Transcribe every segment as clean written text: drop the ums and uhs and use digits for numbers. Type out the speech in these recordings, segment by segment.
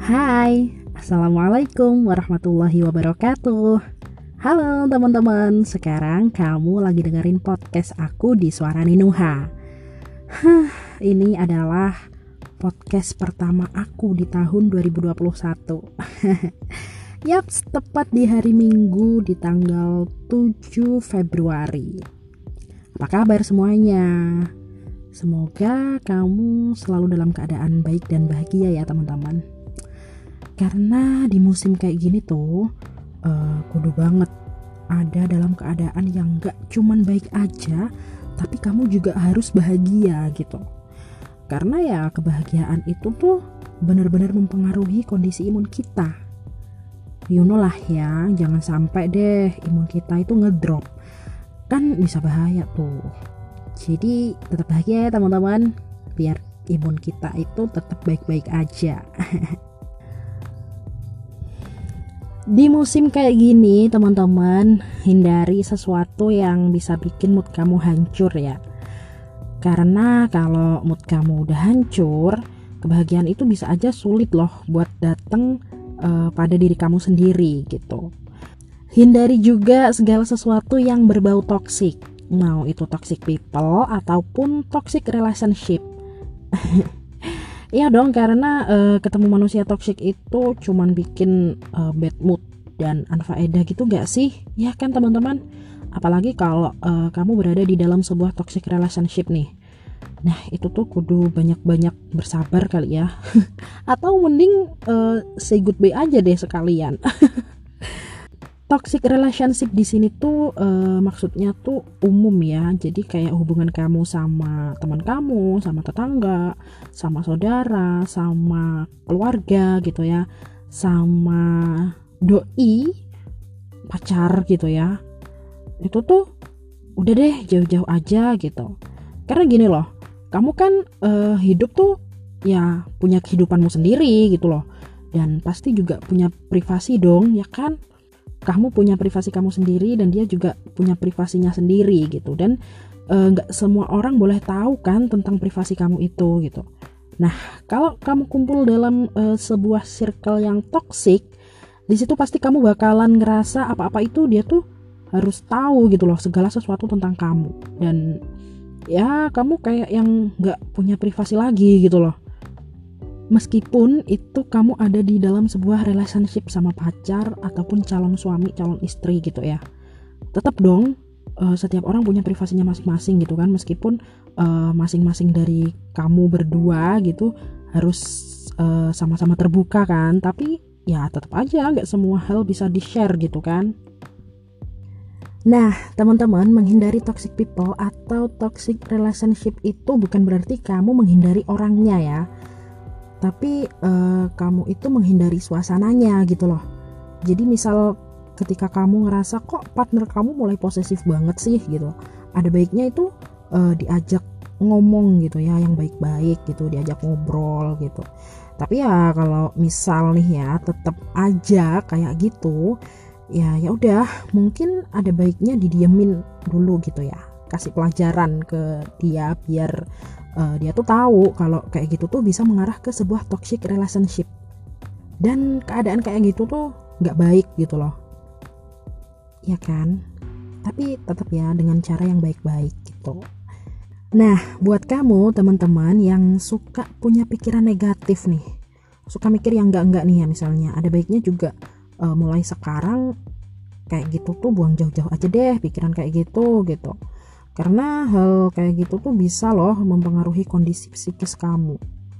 Hai, Assalamualaikum warahmatullahi wabarakatuh. Halo teman-teman, sekarang kamu lagi dengerin podcast aku di Suara Ninuha. Ini adalah podcast pertama aku di tahun 2021. Yaps, tepat di hari Minggu di tanggal 7 Februari. Apa kabar semuanya? Semoga kamu selalu dalam keadaan baik dan bahagia ya teman-teman. Karena di musim kayak gini tuh kudu banget ada dalam keadaan yang gak cuman baik aja, tapi kamu juga harus bahagia gitu. Karena ya kebahagiaan itu tuh benar-benar mempengaruhi kondisi imun kita. You know lah ya, jangan sampai deh imun kita itu ngedrop. Kan bisa bahaya tuh. Jadi tetap bahagia ya teman-teman, biar imun kita itu tetap baik-baik aja. Di musim kayak gini teman-teman, hindari sesuatu yang bisa bikin mood kamu hancur ya. Karena kalau mood kamu udah hancur, kebahagiaan itu bisa aja sulit loh buat datang pada diri kamu sendiri gitu. Hindari juga segala sesuatu yang berbau toksik, mau itu toxic people ataupun toxic relationship. Iya dong, karena ketemu manusia toksik itu cuman bikin bad mood dan unfaedah gitu gak sih? Ya kan teman-teman? Apalagi kalau kamu berada di dalam sebuah toxic relationship nih. Nah itu tuh kudu banyak-banyak bersabar kali ya. Atau mending say goodbye aja deh sekalian. Toxic relationship di sini tuh maksudnya tuh umum ya. Jadi kayak hubungan kamu sama teman kamu, sama tetangga, sama saudara, sama keluarga gitu ya, sama doi, pacar gitu ya. Itu tuh udah deh jauh-jauh aja gitu. Karena gini loh, kamu kan hidup tuh ya punya kehidupanmu sendiri gitu loh. Dan pasti juga punya privasi dong, ya kan? Kamu punya privasi kamu sendiri dan dia juga punya privasinya sendiri gitu. Dan gak semua orang boleh tahu kan tentang privasi kamu itu gitu. Nah kalau kamu kumpul dalam sebuah circle yang toksik, di situ pasti kamu bakalan ngerasa apa-apa itu dia tuh harus tahu gitu loh, segala sesuatu tentang kamu. Dan ya kamu kayak yang gak punya privasi lagi gitu loh. Meskipun itu kamu ada di dalam sebuah relationship sama pacar ataupun calon suami, calon istri gitu ya. Tetap dong setiap orang punya privasinya masing-masing gitu kan. Meskipun masing-masing dari kamu berdua gitu harus sama-sama terbuka kan. Tapi ya tetap aja gak semua hal bisa di-share gitu kan. Nah teman-teman, menghindari toxic people atau toxic relationship itu bukan berarti kamu menghindari orangnya ya, tapi kamu itu menghindari suasananya gitu loh. Jadi misal ketika kamu ngerasa kok partner kamu mulai posesif banget sih gitu, ada baiknya itu diajak ngomong gitu ya, yang baik-baik gitu, diajak ngobrol gitu. Tapi ya kalau misal nih ya tetap aja kayak gitu, ya udah mungkin ada baiknya didiemin dulu gitu ya, kasih pelajaran ke dia biar dia tuh tahu kalau kayak gitu tuh bisa mengarah ke sebuah toxic relationship. Dan keadaan kayak gitu tuh gak baik gitu loh, ya kan? Tapi tetap ya dengan cara yang baik-baik gitu. Nah buat kamu teman-teman yang suka punya pikiran negatif nih, suka mikir yang enggak nih ya misalnya, ada baiknya juga mulai sekarang kayak gitu tuh buang jauh-jauh aja deh pikiran kayak gitu. Karena hal kayak gitu tuh bisa loh mempengaruhi kondisi psikis kamu.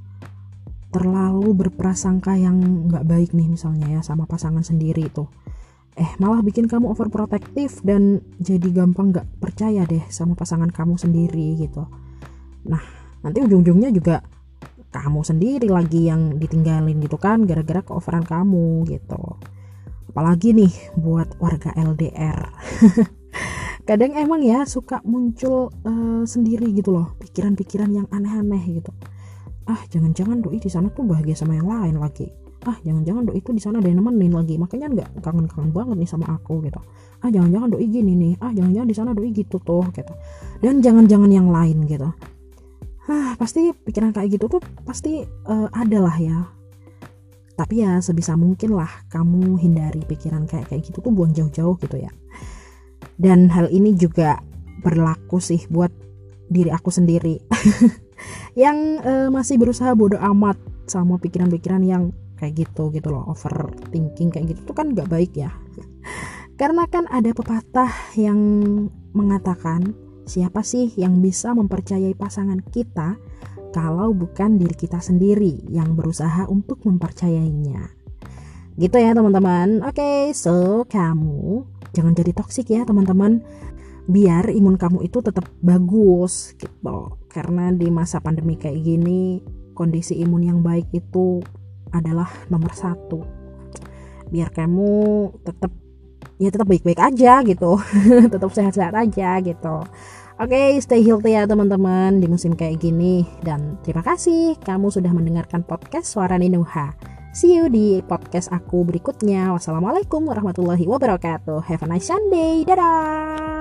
Terlalu berprasangka yang gak baik nih misalnya ya sama pasangan sendiri tuh, malah bikin kamu overprotective dan jadi gampang gak percaya deh sama pasangan kamu sendiri gitu. Nah nanti ujung-ujungnya juga kamu sendiri lagi yang ditinggalin gitu kan, gara-gara keoveran kamu gitu. Apalagi nih buat warga LDR. Kadang emang ya suka muncul sendiri gitu loh pikiran-pikiran yang aneh-aneh gitu. Jangan-jangan doi di sana tuh bahagia sama yang lain lagi. Jangan-jangan doi itu di sana ada yang nemenin lagi, makanya nggak kangen-kangen banget nih sama aku gitu. Jangan-jangan doi gini nih, jangan-jangan di sana doi gitu tuh gitu. Dan jangan-jangan yang lain gitu. Pasti pikiran kayak gitu tuh pasti ada lah ya. Tapi ya sebisa mungkin lah kamu hindari pikiran kayak gitu tuh, buang jauh-jauh gitu ya. Dan hal ini juga berlaku sih buat diri aku sendiri yang masih berusaha bodo amat sama pikiran-pikiran yang kayak gitu loh, overthinking kayak gitu tuh kan gak baik ya. Karena kan ada pepatah yang mengatakan, siapa sih yang bisa mempercayai pasangan kita kalau bukan diri kita sendiri yang berusaha untuk mempercayainya. Gitu ya teman-teman. Oke, so kamu jangan jadi toksik ya teman-teman. Biar imun kamu itu tetap bagus gitu. Karena di masa pandemi kayak gini, kondisi imun yang baik itu adalah nomor 1. Biar kamu tetap baik-baik aja gitu. Tetap sehat-sehat aja gitu. Oke, stay healthy ya teman-teman di musim kayak gini. Dan terima kasih kamu sudah mendengarkan podcast Suara Ninuha. See you di podcast aku berikutnya. Wassalamualaikum warahmatullahi wabarakatuh. Have a nice Sunday. Dadah.